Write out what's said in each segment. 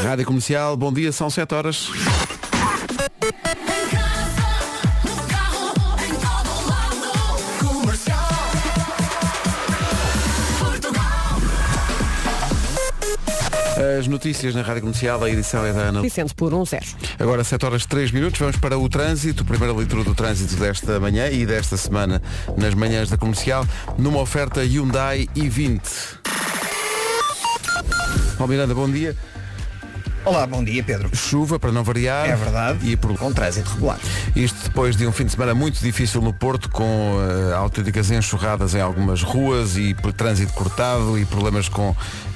Rádio Comercial, bom dia, são 7 horas. As notícias na Rádio Comercial, a edição é da Ana. Vicente por 1-0. Agora 7 horas 3 minutos, vamos para o trânsito, primeira leitura do trânsito desta manhã e desta semana nas manhãs da Comercial, numa oferta Hyundai i20. Miranda, bom dia. Olá, bom dia, Pedro. Chuva, para não variar. É verdade. E com trânsito regular. Isto depois de um fim de semana muito difícil no Porto, com autênticas enxurradas em algumas ruas e trânsito cortado e problemas com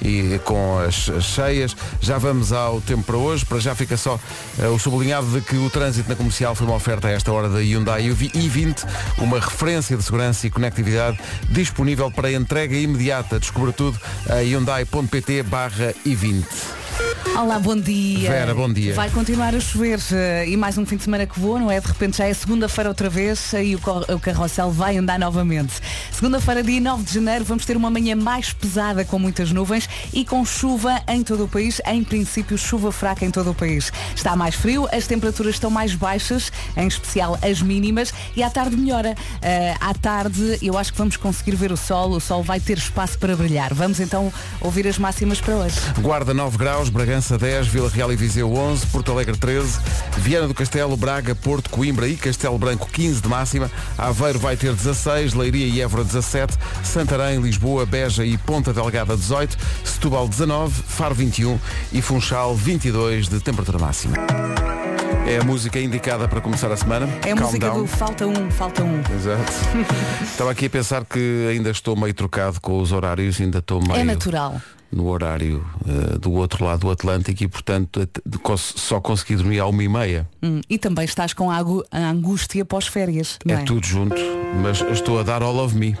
as cheias. Já vamos ao tempo para hoje. Para já fica só o sublinhado de que o trânsito na Comercial foi uma oferta a esta hora da Hyundai i20, uma referência de segurança e conectividade disponível para entrega imediata. Descubra tudo a hyundai.pt/i20. Olá, bom dia. Vera, bom dia. Vai continuar a chover e mais um fim de semana que voa, não é? De repente já é segunda-feira outra vez e o carrossel vai andar novamente. Segunda-feira, dia 9 de janeiro, vamos ter uma manhã mais pesada com muitas nuvens e com chuva em todo o país. Em princípio, chuva fraca em todo o país. Está mais frio, as temperaturas estão mais baixas, em especial as mínimas, e à tarde melhora. À tarde eu acho que vamos conseguir ver o sol vai ter espaço para brilhar. Vamos então ouvir as máximas para hoje. Guarda 9 graus, Bragança 10, Vila Real e Viseu 11, Porto Alegre 13, Viana do Castelo, Braga, Porto, Coimbra e Castelo Branco 15 de máxima, Aveiro vai ter 16, Leiria e Évora 17, Santarém, Lisboa, Beja e Ponta Delgada 18, Setúbal 19, Faro 21 e Funchal 22 de temperatura máxima. É a música indicada para começar a semana. É a música do Falta Um. Exato. Estava aqui a pensar que ainda estou meio trocado com os horários, ainda estou meio... É natural. No horário do outro lado do Atlântico e, portanto, só consegui dormir à 1h30. E também estás com a angústia pós-férias, não é? É tudo junto, mas estou a dar all of me.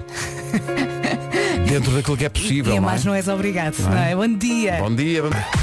Dentro daquilo que é possível, mas não és obrigado, não é? Bom dia. Bom dia.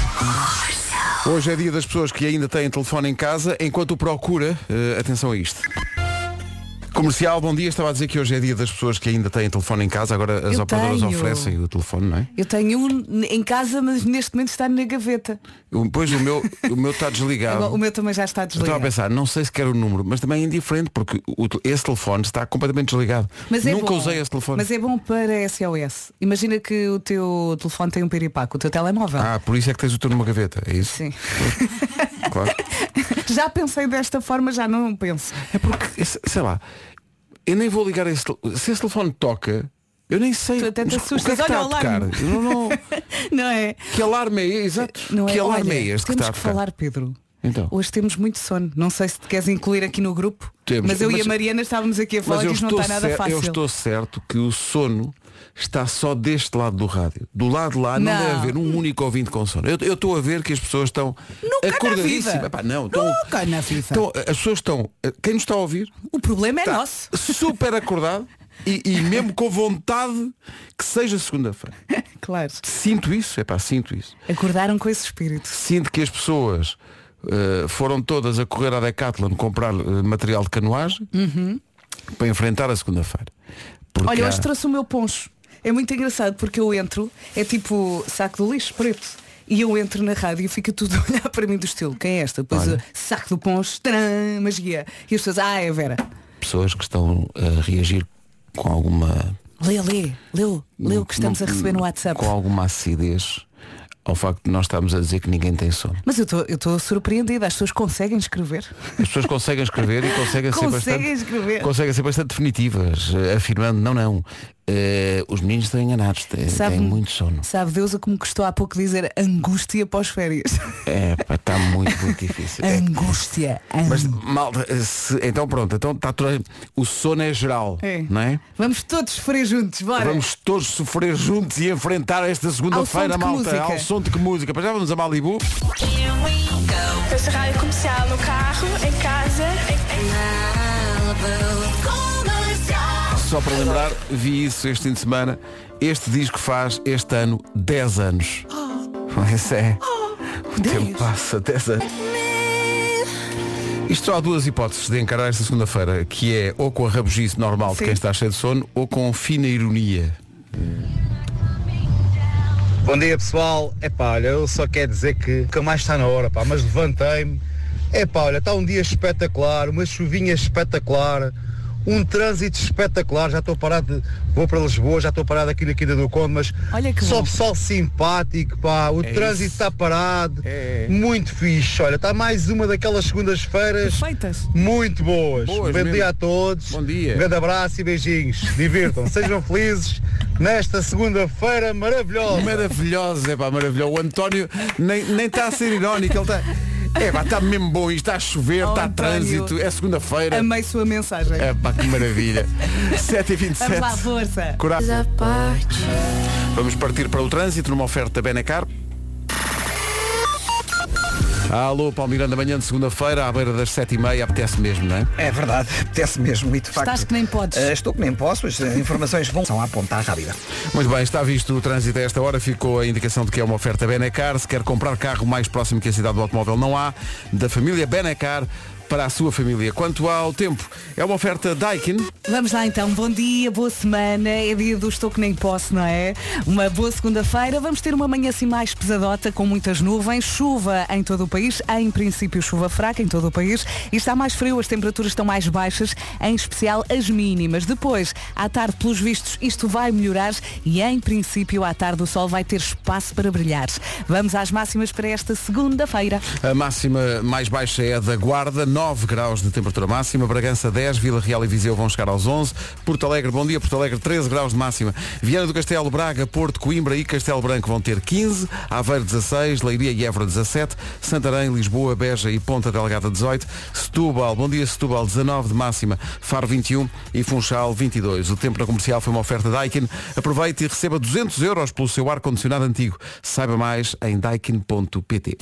Hoje é dia das pessoas que ainda têm telefone em casa, enquanto o procura, atenção a isto. Comercial, bom dia. Estava a dizer que hoje é dia das pessoas que ainda têm telefone em casa. Agora as operadoras oferecem o telefone, não é? Eu tenho um em casa, mas neste momento está na gaveta. Pois o meu está desligado. O meu também já está desligado. Estava a pensar, não sei se quero o número, mas também é indiferente, porque esse telefone está completamente desligado. Mas Nunca usei esse telefone. Mas é bom para SOS. Imagina que o teu telefone tem um piripaco, o teu telemóvel. Por isso é que tens o teu numa gaveta, é isso? Sim. Claro. Já pensei desta forma, já não penso. É porque, sei lá, eu nem vou ligar se esse telefone toca, eu nem sei o que é que está a tocar. Não é? Que alarme é este? Exato. Não é? Que alarme Olha, é este que temos está a que tocar? falar, Pedro. Então. Hoje temos muito sono. Não sei se te queres incluir aqui no grupo. Temos. Mas eu e a Mariana estávamos aqui a falar que isto não está nada fácil. Eu estou certo que o sono está só deste lado do rádio. Do lado de lá não deve haver um único ouvinte com sono. Eu estou a ver que as pessoas estão acordadíssimas. Nunca na vida. As pessoas estão. Quem nos está a ouvir? O problema é nosso. Super acordado e mesmo com vontade que seja segunda-feira. Claro. Sinto isso. Sinto isso. Acordaram com esse espírito. Sinto que as pessoas foram todas a correr à Decathlon comprar material de canoagem para enfrentar a segunda-feira. Olha, hoje trouxe o meu poncho. É muito engraçado porque eu entro, é tipo saco de lixo preto. E eu entro na rádio e fica tudo a olhar para mim do estilo. Quem é esta? Depois saco do poncho, tcharam, magia. E as pessoas, é a Vera. Pessoas que estão a reagir com alguma... Lê o que estamos a receber no WhatsApp. Com alguma acidez ao facto de nós estarmos a dizer que ninguém tem sono. Mas eu estou surpreendida. As pessoas conseguem escrever. As pessoas conseguem escrever e conseguem ser bastante definitivas, afirmando, não. Os meninos estão enganados, têm muito sono. Sabe Deus como custou há pouco dizer angústia pós-férias. Está muito difícil. Angústia. Mas malta, então pronto, está o sono é geral, não é? Vamos todos sofrer juntos, bora. Vamos todos sofrer juntos e enfrentar esta segunda-feira, malta. Ao som de que música? Para já vamos a Malibu. Essa rádio comercial no carro, em casa, Só para lembrar, vi isso este fim de semana. Este disco faz este ano 10 anos. Isso é. O tempo passa 10 anos. Isto só há duas hipóteses de encarar esta segunda-feira, que é ou com a rabugice normal de quem está cheio de sono, ou com fina ironia. Bom dia, pessoal. Olha, eu só quero dizer que mais está na hora, mas levantei-me. Olha, está um dia espetacular, uma chuvinha espetacular, um trânsito espetacular. Já estou parado, vou para Lisboa, já estou parado aqui na Quinta do Conde, mas só pessoal simpático, o trânsito está parado, muito fixe. Olha, está mais uma daquelas segundas-feiras perfeitas, muito boas. Bom dia a todos. Bom dia. Um grande abraço e beijinhos. Divirtam, sejam felizes nesta segunda-feira maravilhosa. Maravilhosa, maravilhoso. O António nem está a ser irónico, ele está... está mesmo bom isto, está a chover, está trânsito, é segunda-feira. Amei sua mensagem. Que maravilha. 7h27. Vamos lá, força. Vamos partir para o trânsito numa oferta Benacar. Alô, Paulo Miranda, manhã de segunda-feira, à beira das 7h30, apetece mesmo, não é? É verdade, apetece mesmo e de facto... Estás que nem podes. Estou que nem posso, as informações vão à ponta rápida. Muito bem, está visto o trânsito a esta hora, ficou a indicação de que é uma oferta Benacar. Se quer comprar carro mais próximo que a cidade do automóvel, não há, da família Benacar para a sua família. Quanto ao tempo, é uma oferta Daikin. Vamos lá então, bom dia, boa semana, é dia do estou que nem posso, não é? Uma boa segunda-feira, vamos ter uma manhã assim mais pesadota, com muitas nuvens, chuva em todo o país, em princípio chuva fraca em todo o país, e está mais frio, as temperaturas estão mais baixas, em especial as mínimas. Depois, à tarde, pelos vistos, isto vai melhorar e em princípio à tarde o sol vai ter espaço para brilhar. Vamos às máximas para esta segunda-feira. A máxima mais baixa é a da Guarda, 9 graus de temperatura máxima, Bragança 10, Vila Real e Viseu vão chegar aos 11, Porto Alegre, bom dia, Porto Alegre 13 graus de máxima, Viana do Castelo, Braga, Porto, Coimbra e Castelo Branco vão ter 15, Aveiro 16, Leiria e Évora 17, Santarém, Lisboa, Beja e Ponta Delgada 18, Setúbal, bom dia Setúbal 19 de máxima, Faro 21 e Funchal 22. O tempo na comercial foi uma oferta Daikin. Aproveite e receba 200 euros pelo seu ar-condicionado antigo. Saiba mais em daikin.pt.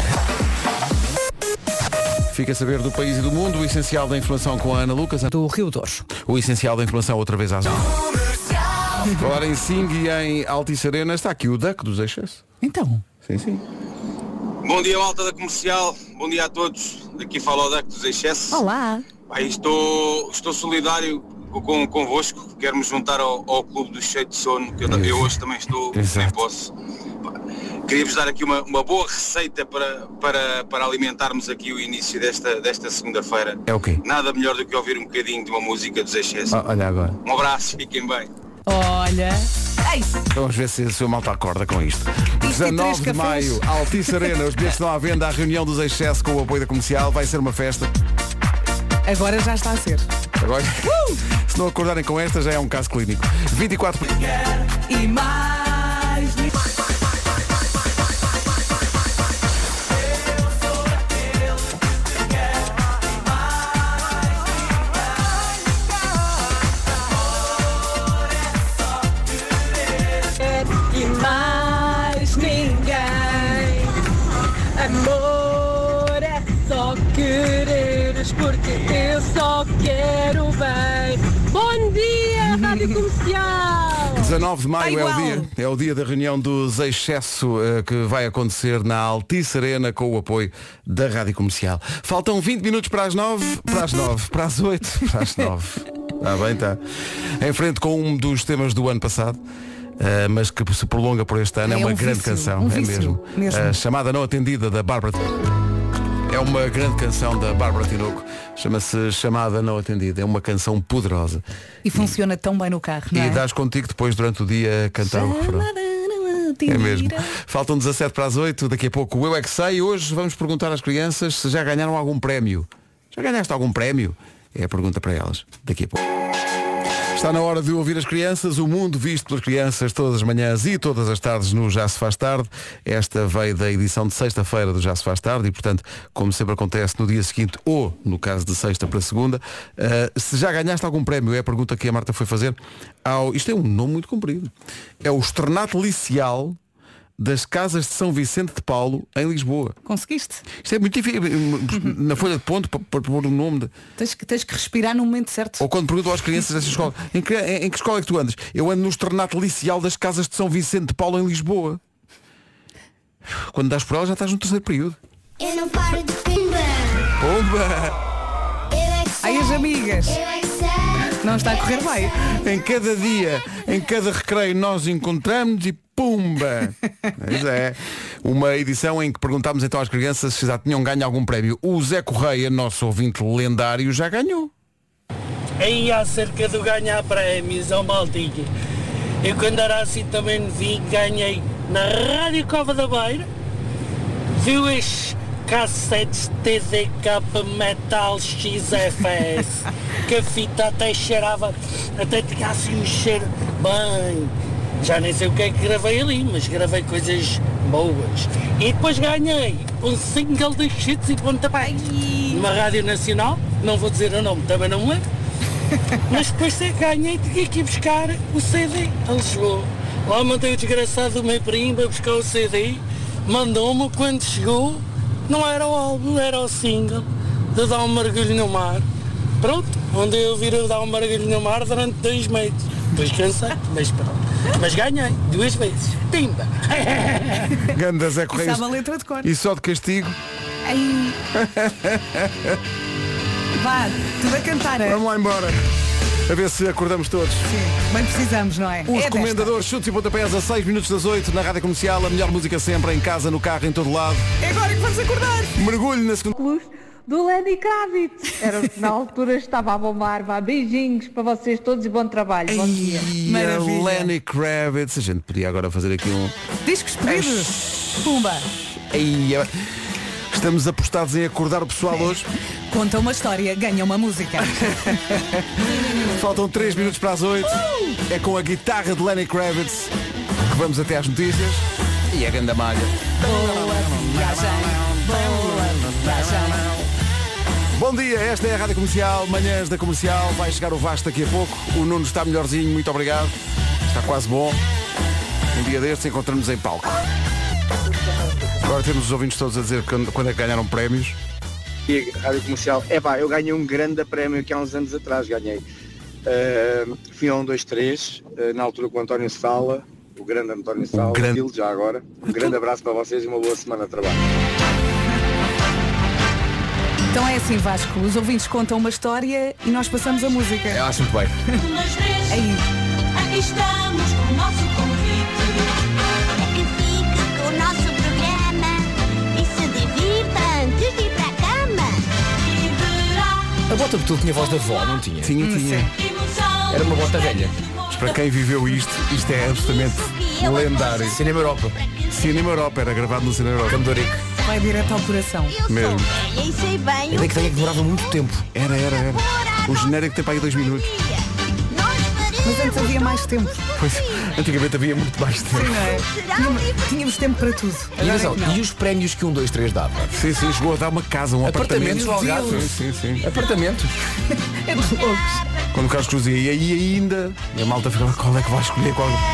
Fica a saber do país e do mundo, o essencial da informação com a Ana Lucas. Do Rio Douro. O essencial da informação outra vez às 11. Falar em Sing e em Altice Arena, está aqui o Duck dos Eixos. Então. Sim. Bom dia, malta da comercial. Bom dia a todos. Daqui fala o Duck dos Eixos. Olá. Estou solidário convosco. Quero me juntar ao clube do cheio de sono, que eu hoje também estou, nem posso. Queria-vos dar aqui uma boa receita para alimentarmos aqui o início desta segunda-feira. É o quê? Nada melhor do que ouvir um bocadinho de uma música dos Eixos. Olha agora. Um abraço, fiquem bem. Olha. Ei. Vamos ver se o seu malta acorda com isto. 19 de maio, Altice Arena, os bilhetes estão à venda, a reunião dos Eixos com o apoio da comercial, vai ser uma festa. Agora já está a ser. Agora, se não acordarem com esta, já é um caso clínico. 24... E mais... Amor é só quereres, porque eu só quero bem. Bom dia, Rádio Comercial! 19 de maio é o dia da reunião dos Excesso que vai acontecer na Altice Arena com o apoio da Rádio Comercial. Faltam 20 minutos para as 9, para as 8, para as 9. Está bem, está. Em frente com um dos temas do ano passado. Mas que se prolonga por este ano, é uma grande canção, é mesmo. A chamada não atendida da Bárbara. É uma grande canção da Bárbara Tinoco. Chama-se Chamada Não Atendida. É uma canção poderosa. E funciona tão bem no carro, não é? E dás contigo depois durante o dia a cantar o refrão. É mesmo. Faltam 17 para as 8, daqui a pouco o Eu É Que Sei. Hoje vamos perguntar às crianças se já ganharam algum prémio. Já ganhaste algum prémio? É a pergunta para elas, daqui a pouco. Está na hora de ouvir as crianças, o mundo visto pelas crianças todas as manhãs e todas as tardes no Já Se Faz Tarde. Esta veio da edição de sexta-feira do Já Se Faz Tarde e, portanto, como sempre acontece no dia seguinte ou, no caso de sexta para segunda, se já ganhaste algum prémio, é a pergunta que a Marta foi fazer isto é um nome muito comprido. É o Externato Licial das Casas de São Vicente de Paulo, em Lisboa. Conseguiste? Isto é muito difícil. Na folha de ponto, para pôr o nome de... Tens que respirar no momento certo. Ou quando pergunto às crianças dessa escola, em que escola é que tu andas? Eu ando no Externato Licial das Casas de São Vicente de Paulo, em Lisboa. Quando dás por ela, já estás no terceiro período. Eu não paro de pimba. Pomba! Aí as amigas. Eu é que sei. Não está a correr bem. Em cada dia, em cada recreio nós encontramos e pumba! Pois é. Uma edição em que perguntámos então às crianças se já tinham ganho algum prémio. O Zé Correia, nosso ouvinte lendário, já ganhou. Aí acerca do ganhar prémios ao Maltinha. Eu quando era assim também vi, ganhei na Rádio Cova da Beira, viu as cassetes TDK Metal XFS, que a fita até cheirava, até tinha assim um cheiro bem. Já nem sei o que é que gravei ali, mas gravei coisas boas. E depois ganhei um single de Chutes e Pontapés numa rádio nacional, não vou dizer o nome, também não me lembro. Mas depois ganhei, tinha que ir buscar o CD a Lisboa. Lá mandei o desgraçado do meu primo a buscar o CD, mandou-me, quando chegou, não era o álbum, era o single de Dar um Mergulho no Mar. Pronto, onde eu vir a Dar um Mergulho no Mar durante 2 meses. Depois cansei, mas pronto. Mas ganhei 2 vezes. Timba! Ganda Zé Correia. Sabe a letra de cor. E só de castigo. Ai. Vá, tudo a cantar. Vamos lá embora. A ver se acordamos todos. Sim, bem precisamos, não é? Os é comendadores, chutes e pontapés a 6 minutos das 8 na Rádio Comercial. A melhor música sempre, em casa, no carro, em todo lado. É agora que vamos acordar. Mergulho na segunda. Do Lenny Kravitz. Na altura estava a bombar. Vá, beijinhos para vocês todos e bom trabalho. Bom dia. Maravilha. Lenny Kravitz. A gente podia agora fazer aqui um... Discos pedidos. Pumba. Estamos apostados em acordar o pessoal hoje. Conta uma história, ganha uma música. Faltam 3 minutos para as 8. É com a guitarra de Lenny Kravitz que vamos até às notícias. E a ganda malha. Bom dia, esta é a Rádio Comercial, manhãs da Comercial. Vai chegar o Vasco daqui a pouco. O Nuno está melhorzinho, muito obrigado. Está quase bom. Um dia destes encontramos em palco. Agora temos os ouvintes todos a dizer quando é que ganharam prémios. E a Rádio Comercial, eu ganhei um grande prémio que há uns anos atrás ganhei. Fui a 1, 2, 3, na altura com o António Sala, o grande António Sala, já agora. Um grande abraço para vocês e uma boa semana de trabalho. Então é assim, Vasco, os ouvintes contam uma história e nós passamos a música. Eu acho muito bem. Aí. Aqui estamos com o nosso convite. É que fique com o nosso programa e se divirta antes de ir para a cama. E verá. A bota de tudo tinha voz da avó, não tinha? Tinha. Era uma bota velha. Mas para quem viveu isto é absolutamente lendário. Cinema Europa. Cinema Europa, era gravado no Cinema Europa. Campo de Ourique. Vai direto ao coração. Mesmo. E sei bem. Eu que tenho que demorava muito tempo. Era. O genérico tem para aí 2 minutos. Mas antes havia mais tempo. Pois, antigamente havia muito mais tempo. Sim, não é? Tínhamos tempo para tudo. E os prémios que 1, 2, 3 dava? Sim, chegou a dar uma casa, um apartamento. Apartamentos. Sim. Apartamentos. É dos loucos. Quando o Carlos Cruz ia, e aí ainda, e a malta ficava, qual é que vai escolher?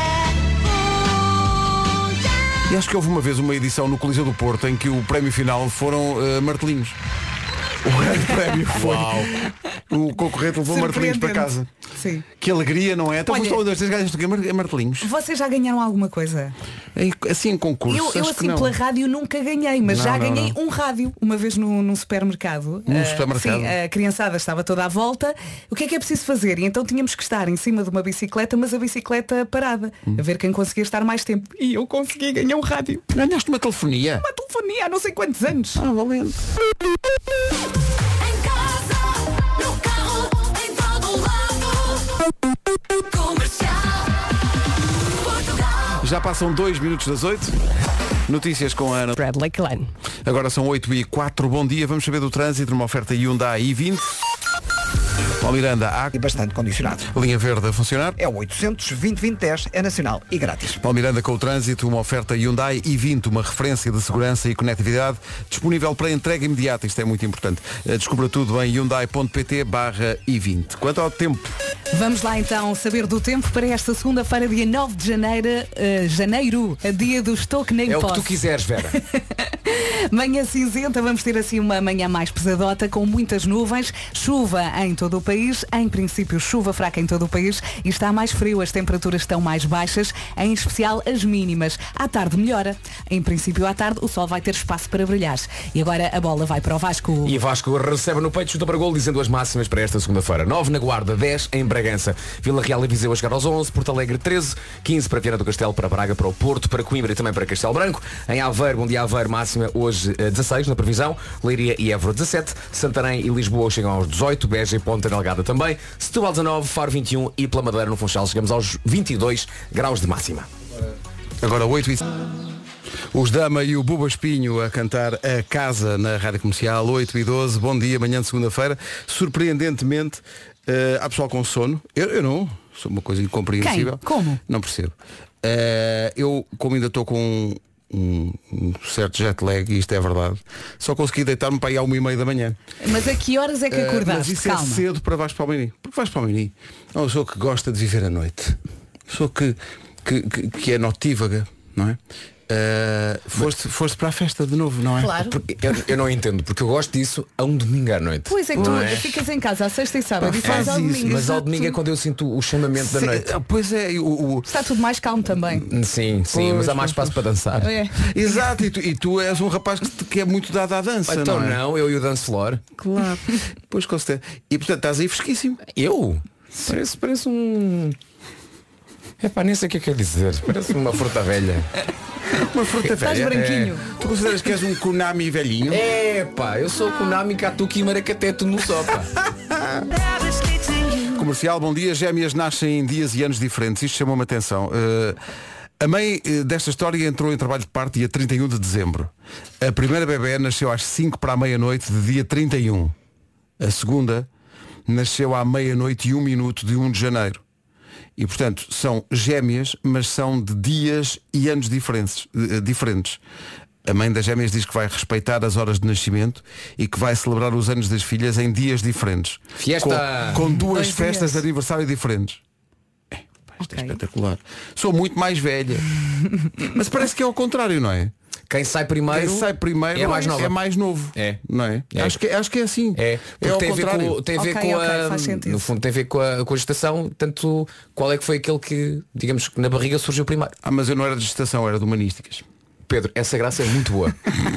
E acho que houve uma vez uma edição no Coliseu do Porto em que o prémio final foram martelinhos. O grande prémio foi. O concorrente levou martelinhos para casa. Sim. Que alegria, não é? Então Olha, vocês ganhaste o quê? Martelinhos. Vocês já ganharam alguma coisa? Assim em concurso? Eu assim pela rádio nunca ganhei, mas já ganhei um rádio uma vez num supermercado. Num supermercado? Sim, a criançada estava toda à volta. O que é preciso fazer? E então tínhamos que estar em cima de uma bicicleta, mas a bicicleta parada, a ver quem conseguia estar mais tempo. E eu consegui ganhar um rádio. Ganhaste uma telefonia? Uma telefonia há não sei quantos anos. Valente. Já passam 2 minutos das 8. Notícias com a Ana Bradley Klein. Agora são 8h04. Bom dia, vamos saber do trânsito numa oferta Hyundai i20. Paulo Miranda, há E bastante condicionado. linha verde a funcionar. É o 800-2020-10, é nacional e grátis. Paulo Miranda com o trânsito, uma oferta Hyundai i20, uma referência de segurança e conectividade, disponível para entrega imediata. Isto é muito importante. Descubra tudo em hyundai.pt/i20. Quanto ao tempo. Vamos lá então saber do tempo para esta segunda-feira, dia 9 de janeiro, dia do Estou que nem É posso. o que tu quiseres, Vera. Manhã cinzenta, vamos ter assim uma manhã mais pesadota, com muitas nuvens, chuva em todo o país, em princípio chuva fraca em todo o país e está mais frio, as temperaturas estão mais baixas, em especial as mínimas. À tarde melhora, Em princípio à tarde o sol vai ter espaço para brilhar. E agora a bola vai para o Vasco. E Vasco recebe no peito, chuta para gol, dizendo as máximas para esta segunda-feira. 9 na Guarda, 10 em Bragança. Vila Real e Viseu a chegar aos 11, Porto Alegre 13, 15 para Viana do Castelo, para Braga, para o Porto, para Coimbra e também para Castelo Branco. Em Aveiro, bom dia Aveiro, máxima hoje 16 na previsão. Leiria e Évora 17, Santarém e Lisboa chegam aos 18, Beja e Ponta Delgada também, Setúbal 19, Faro 21 e pela Madeira no Funchal chegamos aos 22 graus de máxima. Agora 8 e... Os Dama e o Buba Espinho a cantar A Casa na Rádio Comercial, 8 e 12, bom dia, manhã de segunda-feira. Surpreendentemente, há pessoal com sono. Eu não, sou uma coisa incompreensível. Quem? Como? Não percebo. Eu, como ainda estou com um certo jet lag, e isto é verdade, só consegui deitar-me para aí à 1h30 da manhã. Mas a que horas é que acordaste? Mas isso Calma. é cedo para Vasco Palmini. Porque Vasco Palmini é uma pessoa que gosta de viver a noite. Pessoa que é notívaga, não é? Foste para a festa de novo, não é? Claro. Eu não entendo, porque eu gosto disso a um domingo à noite. Pois é que tu ficas em casa à sexta e sábado e faz ao domingo. Mas ao domingo é quando eu sinto o chamamento da noite. Pois é, está tudo mais calmo também. Sim, mas há mais espaço para dançar. É. Exato, e tu és um rapaz que é muito dado à dança. Então não é? eu e o Dance Floor. Claro. Pois com certeza. E portanto estás aí fresquíssimo. Eu? Parece um... nem sei o que é que quer dizer. Parece uma fruta velha. Uma fruta velha. Estás branquinho. Tu consideras que és um Konami velhinho? Eu sou Konami, Katuki e Maracateto no sopa. Comercial, bom dia. Gêmeas nascem em dias e anos diferentes. Isto chamou-me a atenção. A mãe desta história entrou em trabalho de parto dia 31 de dezembro. A primeira bebé nasceu às 5 para a meia-noite de dia 31. A segunda nasceu à meia-noite e 1 minuto de 1 de janeiro. E, portanto, são gêmeas, mas são de dias e anos diferentes. A mãe das gêmeas diz que vai respeitar as horas de nascimento e que vai celebrar os anos das filhas em dias diferentes. Fiesta! Com 2 festas de aniversário diferentes. Isto é espetacular. Sou muito mais velha. Mas parece que é ao contrário, não é? Quem sai primeiro é mais nova. É mais novo. É. Não é? Acho que é assim. É. Porque tem a ver com no fundo tem a ver com a gestação, tanto qual é que foi aquele que, digamos, que na barriga surgiu primeiro. Mas eu não era de gestação, era de humanísticas. Pedro, essa graça é muito boa.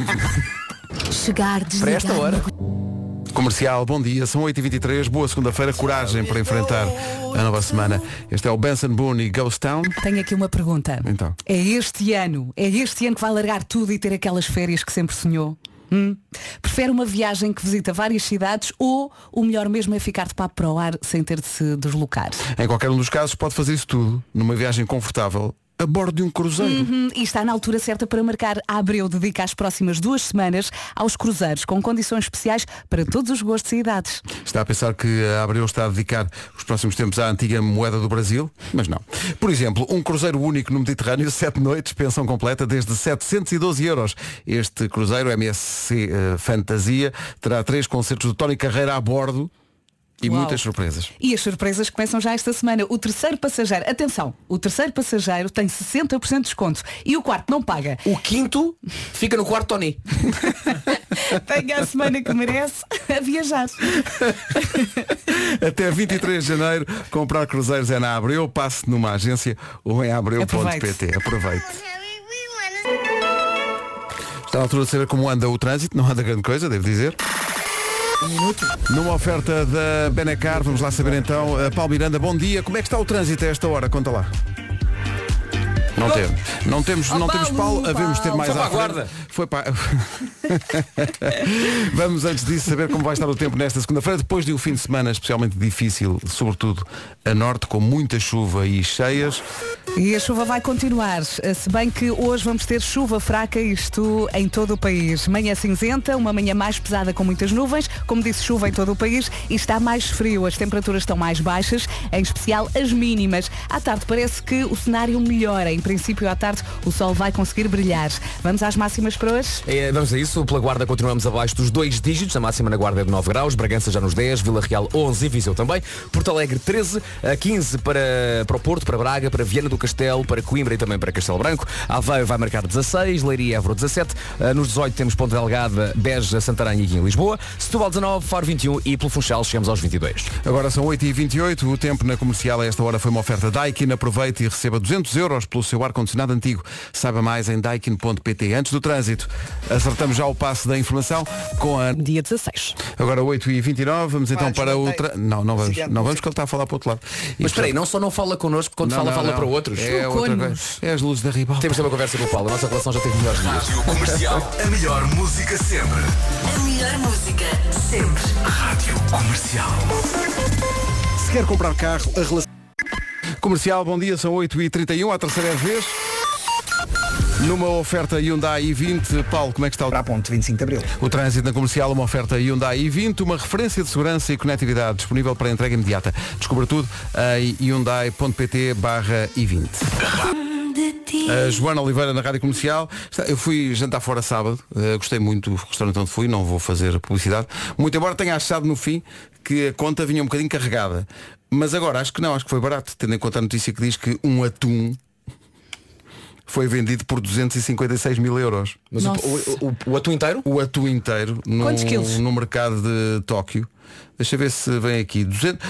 Chegar, desligar. Para esta hora. Comercial, bom dia, são 8h23, boa segunda-feira, coragem para enfrentar a nova semana. Este é o Benson Boone e Ghost Town. Tenho aqui uma pergunta. Então. É este ano que vai largar tudo e ter aquelas férias que sempre sonhou? Prefere uma viagem que visita várias cidades ou o melhor mesmo é ficar de papo para o ar sem ter de se deslocar? Em qualquer um dos casos pode fazer isso tudo numa viagem confortável a bordo de um cruzeiro. E está na altura certa para marcar. A Abreu dedica as próximas 2 semanas aos cruzeiros, com condições especiais para todos os gostos e idades. Está a pensar que a Abreu está a dedicar os próximos tempos à antiga moeda do Brasil? Mas não. Por exemplo, um cruzeiro único no Mediterrâneo, 7 noites, pensão completa, desde 712 €. Este cruzeiro, MSC Fantasia, terá 3 concertos do Tony Carreira a bordo. E muitas surpresas. E as surpresas começam já esta semana. O terceiro passageiro, atenção, o terceiro passageiro tem 60% de desconto e o quarto não paga. O quinto fica no quarto Tony. Tenha a semana que merece a viajar. Até 23 de janeiro, comprar cruzeiros é na Abreu, passe numa agência ou em abreu.pt. Aproveite. Está na altura de saber como anda o trânsito, não anda grande coisa, devo dizer. Numa oferta da Benacar, vamos lá saber então. Paulo Miranda, bom dia. Como é que está o trânsito a esta hora? Conta lá. Não temos Paulo, havemos ter mais à frente. Foi para... Vamos antes disso saber como vai estar o tempo nesta segunda-feira, depois de um fim de semana especialmente difícil, sobretudo a norte, com muita chuva e cheias. E a chuva vai continuar, se bem que hoje vamos ter chuva fraca, isto em todo o país. Manhã cinzenta, uma manhã mais pesada com muitas nuvens, como disse, chuva em todo o país e está mais frio, as temperaturas estão mais baixas, em especial as mínimas. À tarde parece que o cenário melhora, em princípio à tarde o sol vai conseguir brilhar. Vamos às máximas para hoje? Vamos a isso, pela Guarda continuamos abaixo dos 2 dígitos, a máxima na Guarda é de 9 graus, Bragança já nos 10, Vila Real 11 e Viseu também, Porto Alegre 13, 15 para o Porto, para Braga, para Viana do Castelo, para Coimbra e também para Castelo Branco, Aveiro vai marcar 16, Leiria e Évora 17, nos 18 temos Ponta Delgada, Beja, Santarém e aqui em Lisboa, Setúbal 19, Faro 21 e pelo Funchal chegamos aos 22. Agora são 8h28, o tempo na Comercial a esta hora foi uma oferta Daikin, aproveite e receba 200 € pelo seu seu ar-condicionado antigo. Saiba mais em daikin.pt. Antes do trânsito, acertamos já o passo da informação com a... Dia 16. Agora 8h29, vamos então para o... Não vamos, porque ele está a falar para o outro lado. Mas espera aí, não só não fala connosco, quando fala para outros. É outra coisa. É as luzes da ribalta. Temos de ter uma conversa com o Paulo, a nossa relação já teve melhores dias. Rádio Comercial, a melhor música sempre. A melhor música sempre. Rádio Comercial. Se quer comprar carro, a relação... Comercial, bom dia, são 8h31, a terceira vez. Numa oferta Hyundai i20, Paulo, como é que está o... Para a ponte 25 de Abril. O trânsito na comercial, uma oferta Hyundai i20, uma referência de segurança e conectividade disponível para entrega imediata. Descubra tudo em hyundai.pt/i20. A Joana Oliveira na Rádio Comercial. Eu fui jantar fora sábado, gostei muito do restaurante onde fui, não vou fazer publicidade, muito embora tenha achado no fim que a conta vinha um bocadinho carregada, mas agora acho que não, acho que foi barato, tendo em conta a notícia que diz que um atum foi vendido por 256 mil euros. Mas o atum inteiro? O atum inteiro Quantos quilos? No mercado de Tóquio. Deixa eu ver se vem aqui.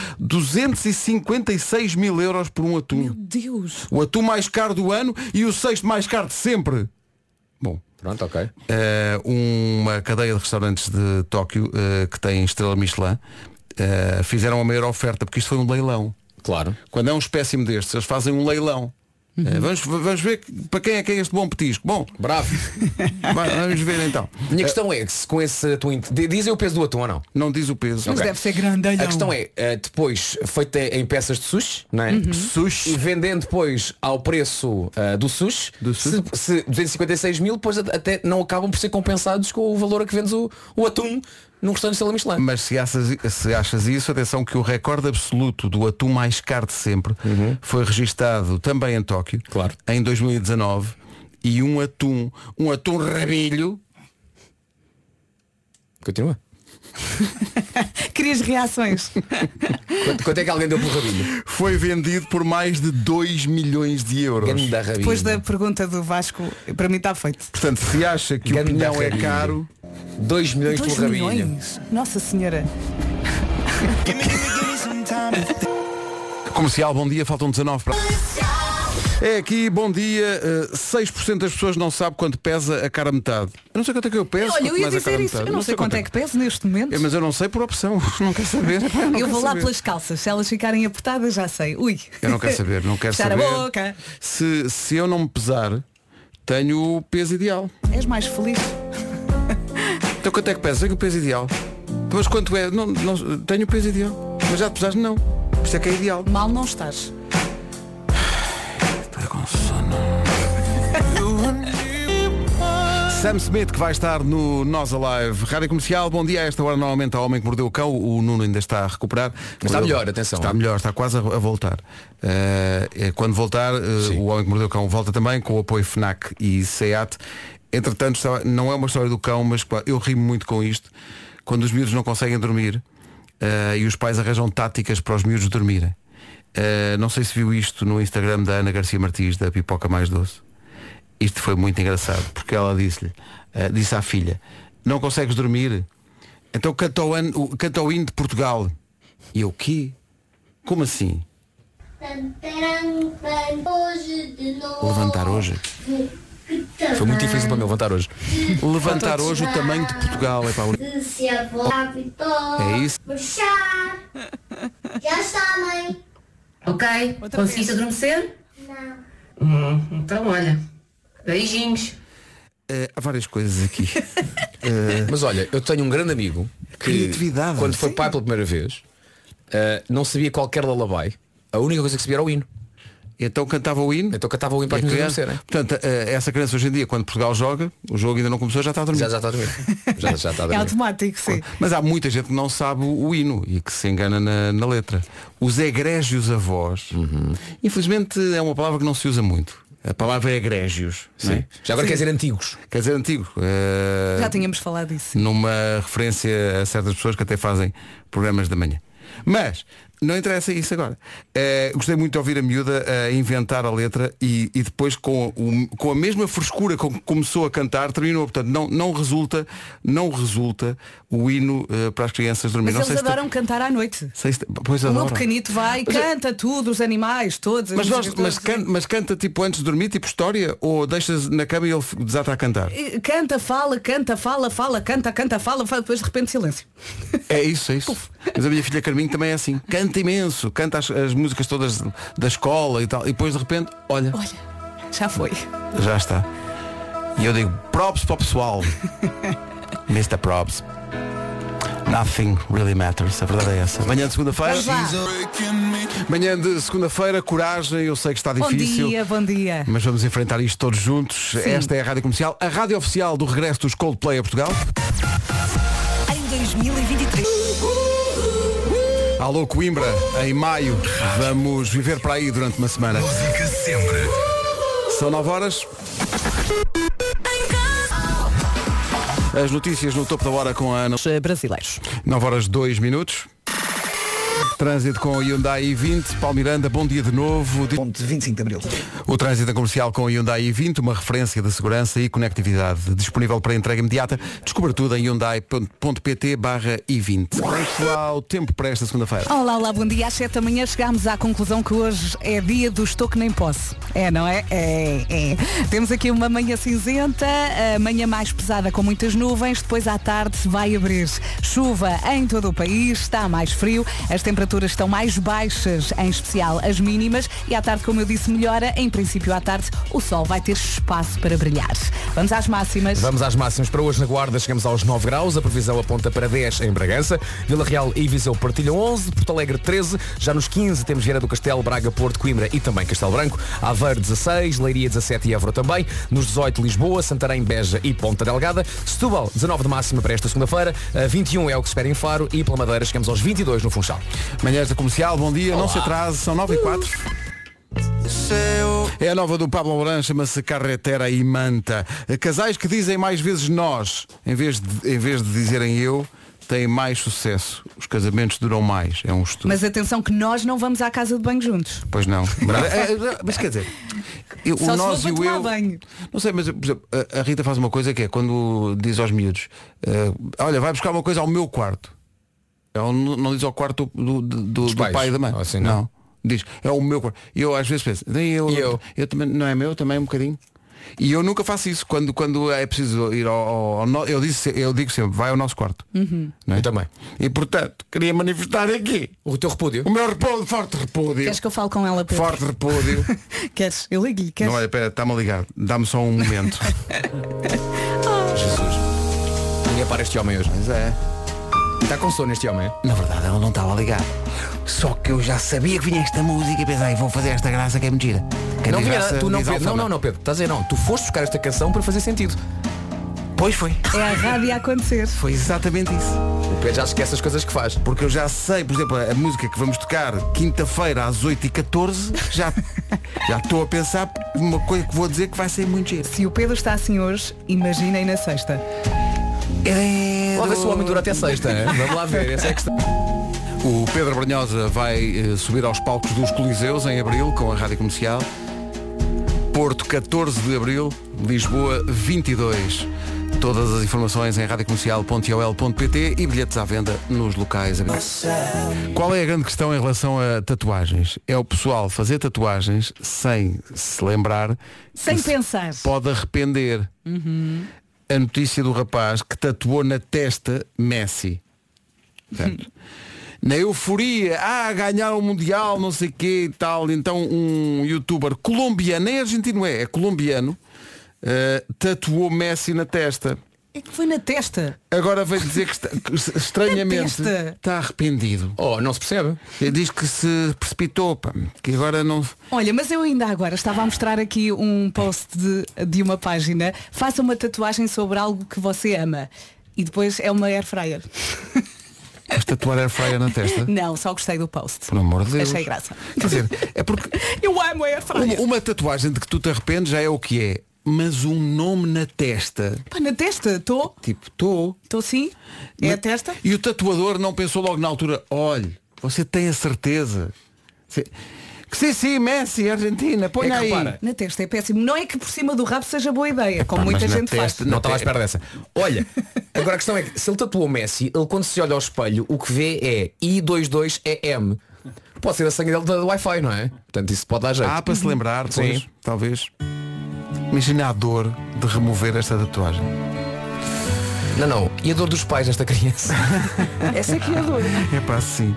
256 mil euros por um atum. Meu Deus. O atum mais caro do ano e o sexto mais caro de sempre. Bom. Pronto, ok. Uma cadeia de restaurantes de Tóquio que tem estrela Michelin fizeram a maior oferta, porque isto foi um leilão. Claro. Quando é um espécime destes, eles fazem um leilão. Vamos ver para quem é que é este bom petisco. Bom, bravo. Vamos ver então. Minha questão é que se com esse atum dizem o peso do atum ou não? Não diz o peso. Mas deve ser grandalhão. A questão é, depois feita em peças de sushi, não é? Sushi. E vendendo depois ao preço do sushi, se 256 mil, depois até não acabam por ser compensados com o valor a que vendes o atum num restaurante Estrela Michelin. Mas se achas isso, atenção que o recorde absoluto do atum mais caro de sempre foi registado também em Tóquio, claro, em 2019, e um atum rabilho. Continua. Querias reações. Quanto é que alguém deu pelo rabilho? Foi vendido por mais de 2 milhões de euros. Depois da pergunta do Vasco, para mim está feito. Portanto, se acha que o pinhão é caro, 2 milhões pelo rabilho. Nossa Senhora. Comercial, bom dia, faltam 19 para... É aqui, bom dia. 6% das pessoas não sabe quanto pesa a cara metade. Eu não sei quanto é que eu peso. Olha, eu ia dizer isso. Eu não sei quanto é que peso neste momento. Mas eu não sei por opção. Não quero saber. Eu vou lá pelas calças. Se elas ficarem apertadas, já sei. Ui. Eu não quero saber. Não quero fechar saber. a boca. Se eu não me pesar, tenho o peso ideal. És mais feliz. Então quanto é que pesa? Tenho o peso ideal. Mas quanto é? Não, tenho o peso ideal. Mas já te pesaste? Não. Isto é que é ideal. Mal não estás. Sam Smith, que vai estar no Nós Alive. Rádio Comercial, bom dia. A esta hora normalmente ao Homem que Mordeu o Cão. O Nuno ainda está a recuperar. Mas está melhor, atenção. Está melhor, está quase a voltar. Quando voltar, o Homem que Mordeu o Cão volta também, com o apoio FNAC e SEAT. Entretanto, não é uma história do cão, mas eu rimo muito com isto. Quando os miúdos não conseguem dormir e os pais arranjam táticas para os miúdos dormirem. Não sei se viu isto no Instagram da Ana Garcia Martins, da Pipoca Mais Doce. Isto foi muito engraçado, porque ela disse à filha: não consegues dormir? Então canta o hino de Portugal. E eu, o quê? Como assim? Levantar hoje? Foi muito difícil para mim levantar hoje. Levantar hoje o tamanho de Portugal. É isso? Já está, mãe. Ok, conseguiste adormecer? Não. Então olha, beijinhos. Há várias coisas aqui. Mas olha, eu tenho um grande amigo que quando foi pai pela primeira vez não sabia qualquer lullaby. A única coisa que sabia era o hino. Então cantava o hino? Então cantava o hino para as crianças adormecerem. Portanto, essa criança hoje em dia, quando Portugal joga, o jogo ainda não começou, já está a dormir. Já está a dormir. já está a dormir. É automático, sim. Mas há muita gente que não sabe o hino e que se engana na letra. Os egrégios avós, infelizmente é uma palavra que não se usa muito. A palavra é egrégios. Sim. É? Já agora quer dizer antigos. Quer dizer antigo. Já tínhamos falado disso. Numa referência a certas pessoas que até fazem programas da manhã. Mas Não interessa isso agora. Gostei muito de ouvir a miúda a inventar a letra e depois com a mesma frescura com que começou a cantar, terminou. Portanto, não resulta o hino para as crianças dormir. Mas eles adoram cantar à noite. Pois O meu adoram. pequenito vai, canta tudo, os animais, todos. Mas canta tipo antes de dormir, tipo história, ou deixas na cama e ele desata a cantar? Canta, fala, canta, fala, canta, fala, depois de repente silêncio. É isso. Mas a minha filha Carminho também é assim. Canta imenso, canta as músicas todas da escola e tal. E depois de repente, olha, já foi. Já está. E eu digo, props para o pessoal. Mr. Props. Nothing really matters. A verdade é essa. Manhã de segunda-feira. Manhã de segunda-feira, coragem. Eu sei que está difícil. Bom dia. Mas vamos enfrentar isto todos juntos. Sim. Esta é a Rádio Comercial, a rádio oficial do regresso dos Coldplay a Portugal. Em 2023. Alô Coimbra, em maio. Vamos viver para aí durante uma semana. Música sempre. São 9 horas. As notícias no topo da hora com a Ana. Brasileiros. 9 horas 2 minutos. Trânsito com o Hyundai i20. Paulo Miranda, bom dia de novo. Ponte 25 de Abril. O trânsito comercial com o Hyundai i20, uma referência de segurança e conectividade. Disponível para entrega imediata. Descubra tudo em hyundai.pt/i20. Vamos lá ao tempo para esta segunda-feira. Olá, bom dia. Às 7 da manhã chegámos à conclusão que hoje é dia do estou que nem posso. É, não é? É. Temos aqui uma manhã cinzenta, a manhã mais pesada com muitas nuvens, depois à tarde vai abrir chuva em todo o país, está mais frio, as temperaturas estão mais baixas, em especial as mínimas, e à tarde, como eu disse, melhora. Em princípio, à tarde, o sol vai ter espaço para brilhar. Vamos às máximas. Vamos às máximas para hoje na Guarda. Chegamos aos 9 graus. A previsão aponta para 10 em Bragança. Vila Real e Viseu partilham 11. Porto Alegre 13. Já nos 15 temos Viana do Castelo, Braga, Porto, Coimbra e também Castelo Branco. Aveiro 16. Leiria 17 e Évora também. Nos 18 Lisboa, Santarém, Beja e Ponta Delgada. Setúbal 19 de máxima para esta segunda-feira. 21 é o que se espera em Faro. E pela Madeira chegamos aos 22 no Funchal. Manhãs da Comercial, bom dia. Olá. Não se atrase, são 9 e 4. É a nova do Pablo Alborán, chama-se Carretera e Manta. Casais que dizem mais vezes nós, em vez de dizerem eu, têm mais sucesso. Os casamentos duram mais. É um estudo. Mas atenção que nós não vamos à casa de banho juntos. Pois não. Mas quer dizer, Só o nós se e for o para tomar eu. banho. Não sei, mas por exemplo, a Rita faz uma coisa que é quando diz aos miúdos, olha, vai buscar uma coisa ao meu quarto. Ela não diz ao quarto do pai e da mãe. Assim, não. Diz, é o meu quarto. E eu às vezes penso, eu também, não é meu, também um bocadinho. E eu nunca faço isso. Quando é preciso ir eu digo sempre, vai ao nosso quarto. Uhum. Não é? Eu também. E portanto, queria manifestar aqui o teu repúdio. O meu repúdio, forte repúdio. Queres que eu fale com ela, Pedro? Forte repúdio. Queres? Eu ligo-lhe. Queres? Não, olha, espera, está-me a ligar. Dá-me só um momento. Jesus. Ninguém para este homem hoje. Mas é. Está com sono este homem? Na verdade, ela não estava a ligar. Só que eu já sabia que vinha esta música e pensei, vou fazer esta graça que é mentira. Não vinha nada. Tu não, Pedro. Não, Pedro. Estás a dizer, não. Tu foste buscar esta canção para fazer sentido. Pois foi. É a rádio a acontecer. Foi exatamente isso. O Pedro já esquece as coisas que faz. Porque eu já sei, por exemplo, a música que vamos tocar quinta-feira às 8h14, já estou a pensar uma coisa que vou dizer que vai ser muito giro. Se o Pedro está assim hoje, imaginem na sexta. Vamos ver se o homem dura até sexta, né? Vamos lá ver, essa é a questão. O Pedro Brunhosa vai subir aos palcos dos Coliseus em abril com a Rádio Comercial. Porto 14 de abril, Lisboa 22. Todas as informações em radiocomercial.ol.pt e bilhetes à venda nos locais. Qual é a grande questão em relação a tatuagens? É o pessoal fazer tatuagens sem se lembrar, sem pensar. Pode arrepender. Uhum. A notícia do rapaz que tatuou na testa Messi. Portanto, na euforia, ganhar o Mundial, não sei o quê e tal. Então um youtuber colombiano, nem argentino é colombiano, tatuou Messi na testa. É que foi na testa. Agora veio dizer que estranhamente está arrependido. Oh, não se percebe. Ele diz que se precipitou, que agora não... Olha, mas eu ainda agora estava a mostrar aqui um post de uma página. Faça uma tatuagem sobre algo que você ama. E depois é uma air fryer. Mas tatuar air fryer na testa? Não, só gostei do post. Por amor de Deus. Achei graça. Quer dizer, é porque... Eu amo air fryer. Uma tatuagem de que tu te arrependes já é o que é. Mas um nome na testa. Pá, na testa? Estou? Tipo, estou. Estou sim? É a testa? E o tatuador não pensou logo na altura, olhe, Você tem a certeza? Sim, Messi, Argentina, põe aí. Repara, na testa é péssimo. Não é que por cima do rabo seja boa ideia, como muita gente faz. Não estava à espera dessa. Olha, agora a questão é que se ele tatuou Messi, ele quando se olha ao espelho, o que vê é I22EM. Pode ser a senha dele do Wi-Fi, não é? Portanto, isso pode dar jeito. Para se lembrar, depois, talvez. Imagina a dor de remover esta tatuagem. Não. E a dor dos pais desta criança? Essa aqui é a dor. Sim.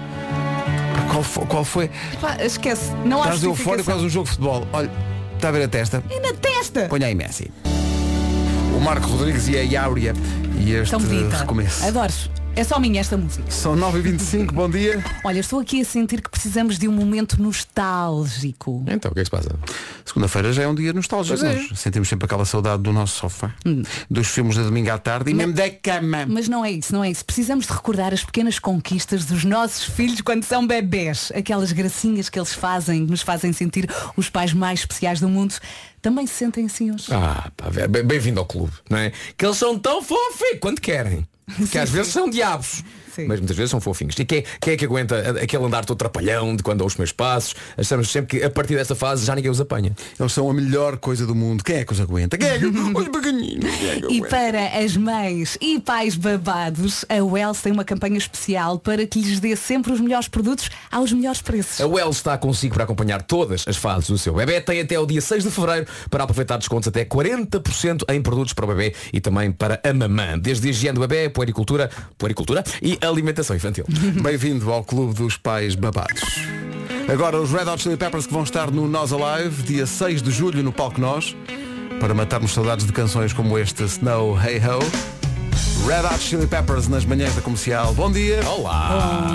Qual foi? Esquece, não há justificação. Estás eufórico quase um jogo de futebol. Olha, está a ver a testa? E na testa? Põe aí Messi. O Marco Rodrigues e a Yáuria. E este recomeço. Adoro. É só minha esta música. São 9h25, bom dia. Olha, estou aqui a sentir que precisamos de um momento nostálgico. Então, o que é que se passa? Segunda-feira já é um dia nostálgico. Nós sentimos sempre aquela saudade do nosso sofá, dos filmes de domingo à tarde e mesmo da cama. Mas não é isso. Precisamos de recordar as pequenas conquistas dos nossos filhos quando são bebés. Aquelas gracinhas que eles fazem, que nos fazem sentir os pais mais especiais do mundo. Também se sentem assim hoje. Bem-vindo ao clube, não é? Que eles são tão fofinhos quando querem. Que às vezes são diabos. Mas muitas vezes são fofinhos. E quem é que aguenta aquele andar todo trapalhão de quando dou os meus passos? Achamos sempre que a partir desta fase já ninguém os apanha. Eles são a melhor coisa do mundo. Quem é que os aguenta? Quem é que... Os pequeninos. E para as mães e pais babados, a Wells tem uma campanha especial para que lhes dê sempre os melhores produtos aos melhores preços. A Wells está consigo para acompanhar todas as fases do seu bebê. Tem até o dia 6 de fevereiro para aproveitar descontos até 40% em produtos para o bebê e também para a mamã. Desde higiene do bebê, puericultura e alimentação infantil. Bem-vindo ao Clube dos Pais Babados. Agora os Red Hot Chili Peppers que vão estar no Nós Alive, dia 6 de julho no Palco Nós, para matarmos saudades de canções como este Snow Hey Ho. Red Hot Chili Peppers nas manhãs da Comercial. Bom dia. Olá.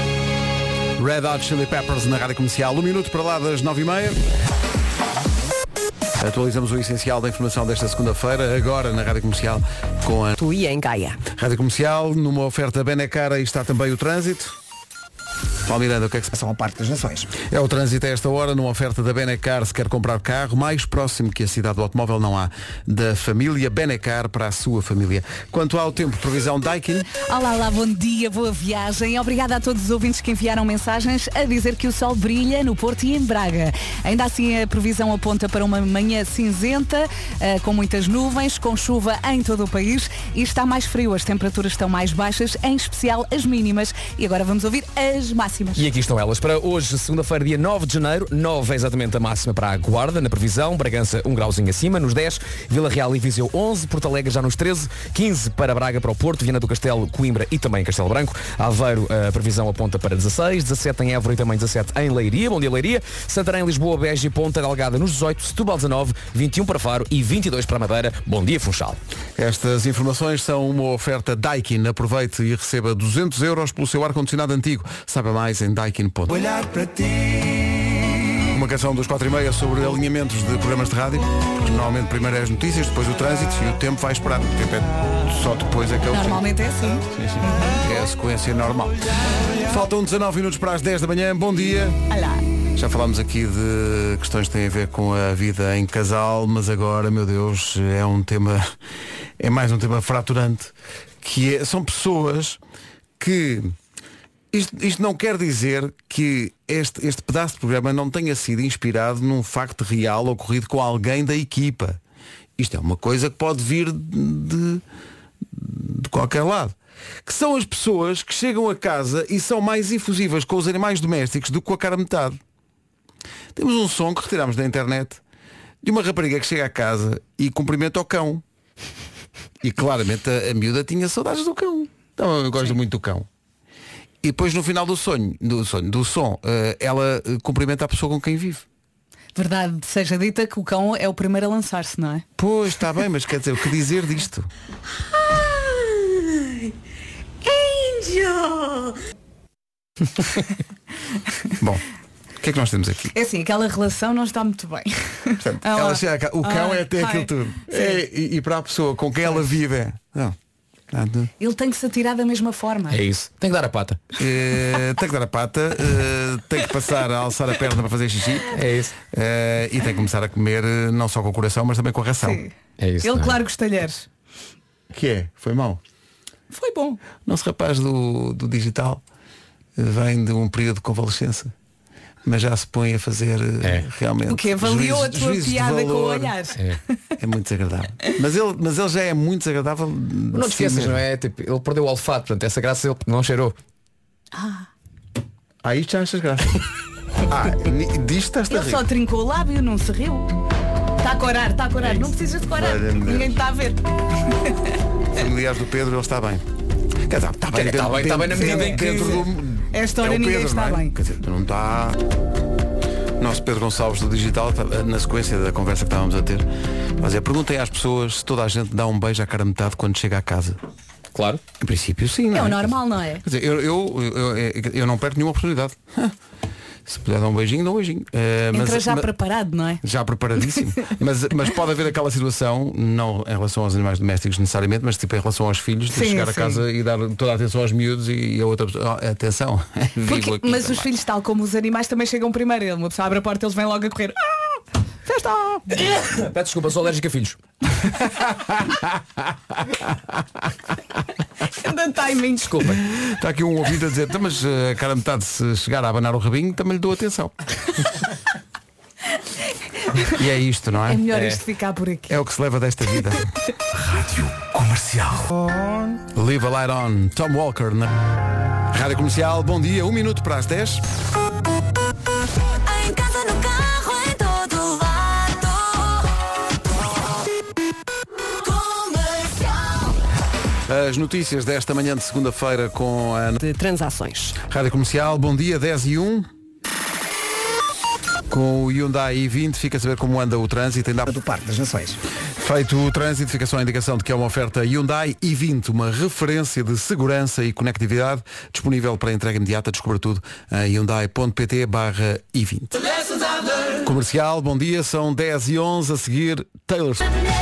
Red Hot Chili Peppers na Rádio Comercial. 1 minuto para lá das 9h30. Atualizamos o essencial da informação desta segunda-feira, agora na Rádio Comercial com a Tu e em Gaia. Rádio Comercial, numa oferta Benacar, aí está também o trânsito. Paulo Miranda, o que é que se passa? São ao Parque das Nações. É o trânsito a esta hora, numa oferta da Benacar. Se quer comprar carro, mais próximo que a cidade do automóvel não há. Da família Benacar para a sua família. Quanto ao tempo, previsão Daikin. Olá, bom dia, boa viagem. Obrigada a todos os ouvintes que enviaram mensagens a dizer que o sol brilha no Porto e em Braga. Ainda assim, a previsão aponta para uma manhã cinzenta, com muitas nuvens, com chuva em todo o país e está mais frio. As temperaturas estão mais baixas, em especial as mínimas. E agora vamos ouvir as máximas. E aqui estão elas. Para hoje, segunda-feira, dia 9 de janeiro, 9 é exatamente a máxima para a Guarda, na previsão. Bragança 1 grauzinho acima, nos 10. Vila Real e Viseu 11. Porto Alegre já nos 13. 15 para Braga, para o Porto. Viana do Castelo, Coimbra e também Castelo Branco. Aveiro, a previsão aponta para 16. 17 em Évora e também 17 em Leiria. Bom dia, Leiria. Santarém, Lisboa, Beja e Ponta Delgada nos 18. Setúbal 19. 21 para Faro e 22 para Madeira. Bom dia, Funchal. Estas informações são uma oferta Daikin. Aproveite e receba 200 euros pelo seu ar-condicionado antigo. Saiba mais em Daikin.com. Olhar para ti. Uma canção dos 4h30 sobre alinhamentos de programas de rádio. Porque normalmente primeiro é as notícias, depois o trânsito e o tempo vai esperar. O tempo é só depois é que é o Normalmente tempo. É assim. Sim. É a sequência normal. Faltam 19 minutos para as 10 da manhã. Bom dia. Olá. Já falámos aqui de questões que têm a ver com a vida em casal, mas agora, meu Deus, é mais um tema fraturante, são pessoas que... Isto não quer dizer que este pedaço de programa não tenha sido inspirado num facto real ocorrido com alguém da equipa. Isto é uma coisa que pode vir de qualquer lado. Que são as pessoas que chegam a casa e são mais efusivas com os animais domésticos do que com a cara metade. Temos um som que retiramos da internet de uma rapariga que chega a casa e cumprimenta o cão. E claramente a miúda tinha saudades do cão. Então eu gosto muito do cão. E depois no final do som, ela cumprimenta a pessoa com quem vive. Verdade seja dita que o cão é o primeiro a lançar-se, não é? Pois, está bem, mas quer dizer, o que dizer disto? Hi, Angel! Bom, o que é que nós temos aqui? É assim, aquela relação não está muito bem. Portanto, ela chega cá, o cão é até aquilo tudo. E para a pessoa com quem ela vive não. Ele tem que se atirar da mesma forma. É isso. Tem que dar a pata. Tem que dar a pata. Tem que passar a alçar a perna para fazer xixi. É isso. E tem que começar a comer não só com o coração, mas também com a ração. Sim. É isso. Ele, claro, que os talheres. Que é? Foi mau? Foi bom. Nosso rapaz do digital vem de um período de convalescença, mas já se põe a fazer realmente. O que avaliou a tua piada com o olhar. É muito desagradável. Mas ele já é muito desagradável. Não te esqueças, não é? Tipo, ele perdeu o olfato, portanto essa graça ele não cheirou. Isto já achas graça. Disto estás a Ele rir. só trincou o lábio, não se riu. Está a corar, não precisas de corar. Ninguém está a ver. Familiares do Pedro, ele está bem. Quer dizer, está bem na medida em que esta hora ninguém Pedro, está bem. Quer dizer, não está. Nosso Pedro Gonçalves do Digital, na sequência da conversa que estávamos a ter, mas perguntem às pessoas se toda a gente dá um beijo à cara metade quando chega à casa. Claro. Em princípio sim. É o normal, não é? Quer dizer, eu não perco nenhuma oportunidade. Se puder dar um beijinho, dá um beijinho. Entra já preparado, não é? Já preparadíssimo. mas pode haver aquela situação, não em relação aos animais domésticos necessariamente, mas tipo em relação aos filhos, de chegar a casa e dar toda a atenção aos miúdos e a outra pessoa, atenção. Mas os filhos, tal como os animais, também chegam primeiro. Uma pessoa abre a porta, eles vêm logo a correr. Festa! Peço desculpa, sou alérgico a filhos. Anda timing. Desculpa. Está aqui um ouvido a dizer, mas a cara metade, se chegar a abanar o rabinho, também lhe dou atenção. E é isto, não é? É melhor isto ficar por aqui. É o que se leva desta vida. Rádio Comercial. Live a Light On, Tom Walker na Rádio Comercial. Bom dia, 1 minuto para as 10. Em casa, no carro, em todo lado. Comercial. As notícias desta manhã de segunda-feira com a de transações. Rádio Comercial, bom dia, 10 e 1. Com o Hyundai i20 fica a saber como anda o trânsito. Ainda do Parque das Nações. Feito o trânsito, fica só a indicação de que é uma oferta Hyundai i20, uma referência de segurança e conectividade, disponível para entrega imediata. Descubra tudo em hyundai.pt/i20. Comercial, bom dia, são 10 e 11, a seguir Taylor.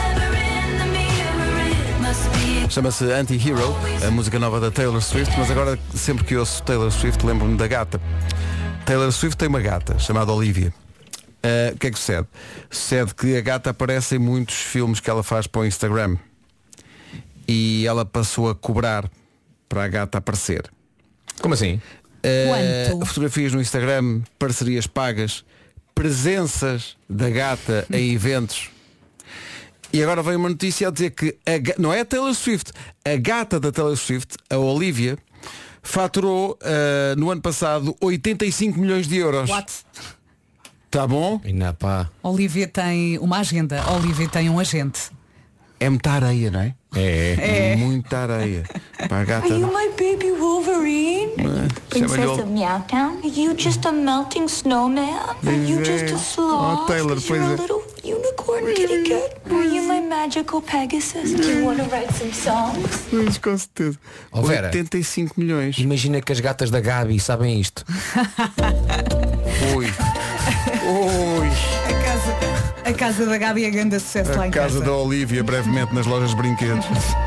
Chama-se Anti-Hero, a música nova da Taylor Swift, mas agora sempre que ouço Taylor Swift lembro-me da gata. Taylor Swift tem uma gata chamada Olivia. O que é que sucede? Sucede que a gata aparece em muitos filmes que ela faz para o Instagram. E ela passou a cobrar para a gata aparecer. Como assim? Quanto? Fotografias no Instagram, parcerias pagas, presenças da gata em eventos. E agora vem uma notícia a dizer que não é a Taylor Swift, a gata da Taylor Swift, a Olivia, faturou no ano passado 85 milhões de euros. What? Tá bom? Olivia tem uma agenda. Olivia tem um agente. É muita areia, não é? É. Muita areia. Para a gata. Are you my baby Wolverine? Princess Chama-lhe of Meowtown? Are you just a melting snowman? Are you just a sloth? Oh, Taylor, 'Cause you're a pois é. little unicorn kitty cat? Are you my magical Pegasus? Do you want to write some songs? Pois, com certeza. Oh, Vera, 85 milhões. Imagina que as gatas da Gabi sabem isto. Ui. A casa da Gabi é grande sucesso lá A em casa da Olivia, brevemente nas lojas de brinquedos.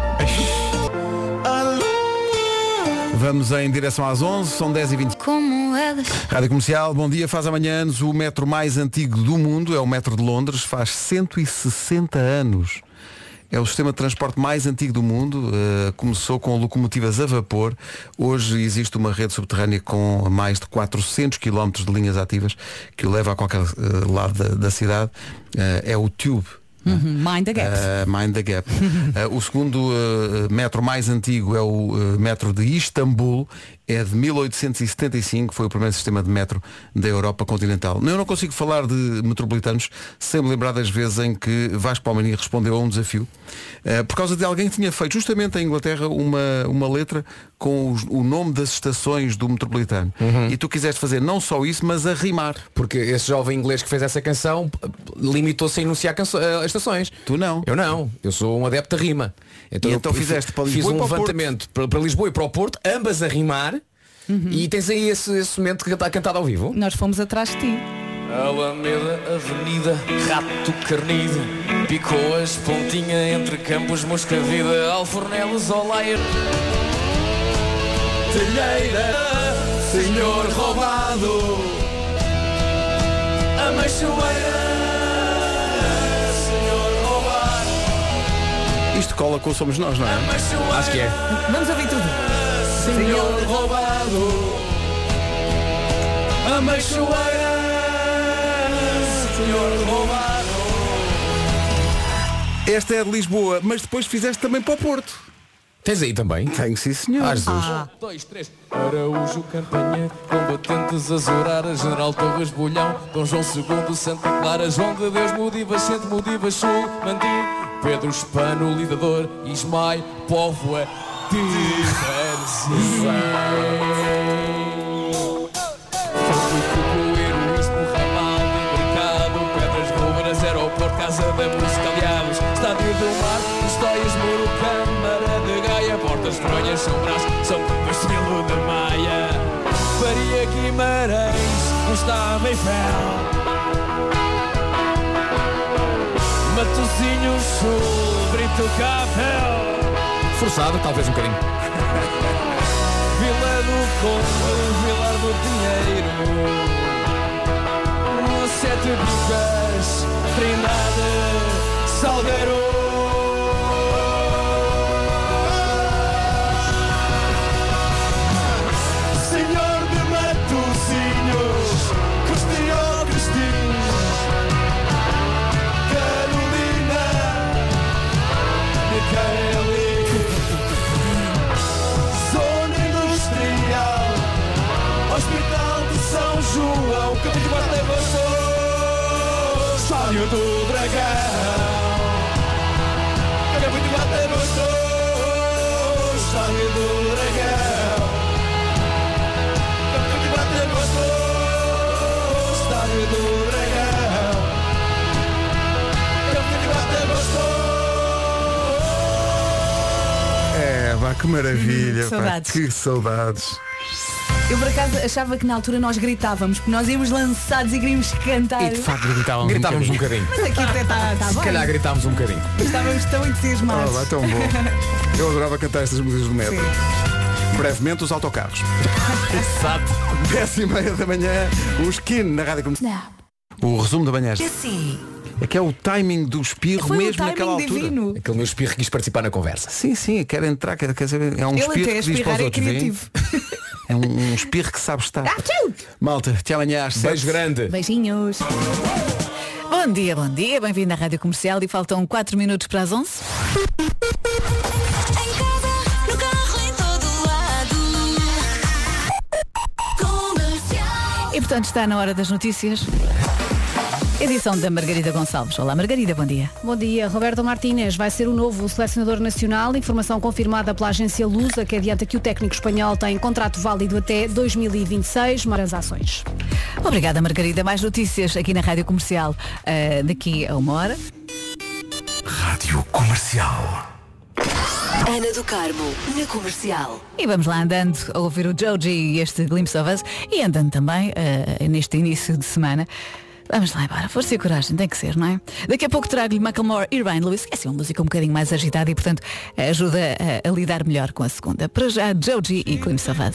Vamos em direção às 11, são 10h20. Como elas. Rádio Comercial, bom dia, faz amanhã anos o metro mais antigo do mundo, é o metro de Londres, faz 160 anos. É o sistema de transporte mais antigo do mundo, começou com locomotivas a vapor, hoje existe uma rede subterrânea com mais de 400 km de linhas ativas que o leva a qualquer lado da cidade, é o Tube. Mind the Gap. Mind the Gap. O segundo metro mais antigo é o metro de Istambul, é de 1875, foi o primeiro sistema de metro da Europa continental. Eu não consigo falar de metropolitanos sem me lembrar das vezes em que Vasco Palmeirinho respondeu a um desafio por causa de alguém que tinha feito justamente em Inglaterra uma letra com o nome das estações do metropolitano. E tu quiseste fazer não só isso, mas a rimar. Porque esse jovem inglês que fez essa canção limitou-se a enunciar estações. Tu não. Eu não. Eu sou um adepto da rima. Então fizeste para Lisboa fiz um e para o levantamento para Lisboa e para o Porto, ambas a rimar. E tens aí esse momento que está cantado ao vivo. Nós fomos atrás de ti. Alameda, Avenida, Rato Carnido, Picoas, Pontinha, Entre Campos, Moscavida, Alfornelos, Olaia, Telheira, Senhor Roubado, Ameixoeira, Senhor Roubado. Isto cola com Somos Nós, não é? Acho que é. Vamos ouvir tudo. Senhor Roubado, Ameixoeira, senhor roubado. Esta é de Lisboa, mas depois fizeste também para o Porto. Tens aí também? Tenho, sim senhor. Ah, Jesus. 2, 3. Araújo, Campanha, combatentes, Azurar, General Torres, Bolhão, Dom João II, Santa Clara, João de Deus, Mudivas, Centro, Mudivas, Sul, Mandir, Pedro Hispano, Lidador, Ismael, Póvoa, Diversidade. Aeroporto, Casa da Música, Aliados, Estádio do Mar, Histórias, Muro, Câmara de Gaia, Portas, Fronhas, São Brás, São Castelo de Maia, Faria, Guimarães, Gustavo Eiffel, Matosinhos, Sul, Brito, Capel, Forçado, talvez um bocadinho. Vila do Conde, Vilar do Pinheiro, Sete Bicas, Trindade, Salgueiro. Senhor de Matosinhos, Costinho, Cristina, Carolina, Micaeli, Zona Industrial, Hospital de São João, Capitão de Guarda-Baixo, Estádio do Dragão, Capitão de Guarda-Baixo, Estádio do Dragão, Capitão de Guarda-Baixo, Estádio do Dragão, Capitão de Guarda-Baixo. É, vá, que maravilha. Saudades. Pá, que saudades. Eu por acaso achava que na altura nós gritávamos, porque nós íamos lançados e queríamos cantar. E de facto gritávamos um bocadinho. Mas aqui até está Se bem. calhar gritámos um bocadinho. Estávamos tão entusiasmados. Vai tão bom. Eu adorava cantar estas músicas do metro. Brevemente os autocarros. Exato. 10h30 da manhã, o Skin na Rádio Comercial. O resumo da manhã. É que é o timing do espirro Foi mesmo um naquela timing altura. divino. Aquele meu espirro quis participar na conversa. Sim, sim, quer entrar, quer saber. É um Ele espirro até que diz para os espirrar é outros. criativo. É um espirro que sabe estar. Malta, até amanhã às 7. Beijo grande. Beijinhos. Bom dia, bem-vindo à Rádio Comercial e faltam 4 minutos para as 11. E portanto está na hora das notícias. Edição da Margarida Gonçalves. Olá Margarida, bom dia. Bom dia. Roberto Martínez vai ser o novo selecionador nacional. Informação confirmada pela agência Lusa, que adianta que o técnico espanhol tem contrato válido até 2026. Mais ações. Obrigada Margarida. Mais notícias aqui na Rádio Comercial daqui a uma hora. Rádio Comercial. Ana do Carmo, na Comercial. E vamos lá andando a ouvir o Joji e este Glimpse of Us e andando também neste início de semana. Vamos lá embora, força e coragem, tem que ser, não é? Daqui a pouco trago-lhe Macklemore e Ryan Lewis, que é assim uma música um bocadinho mais agitada e portanto ajuda a lidar melhor com a segunda. Para já, Joji e Glimpse of Us.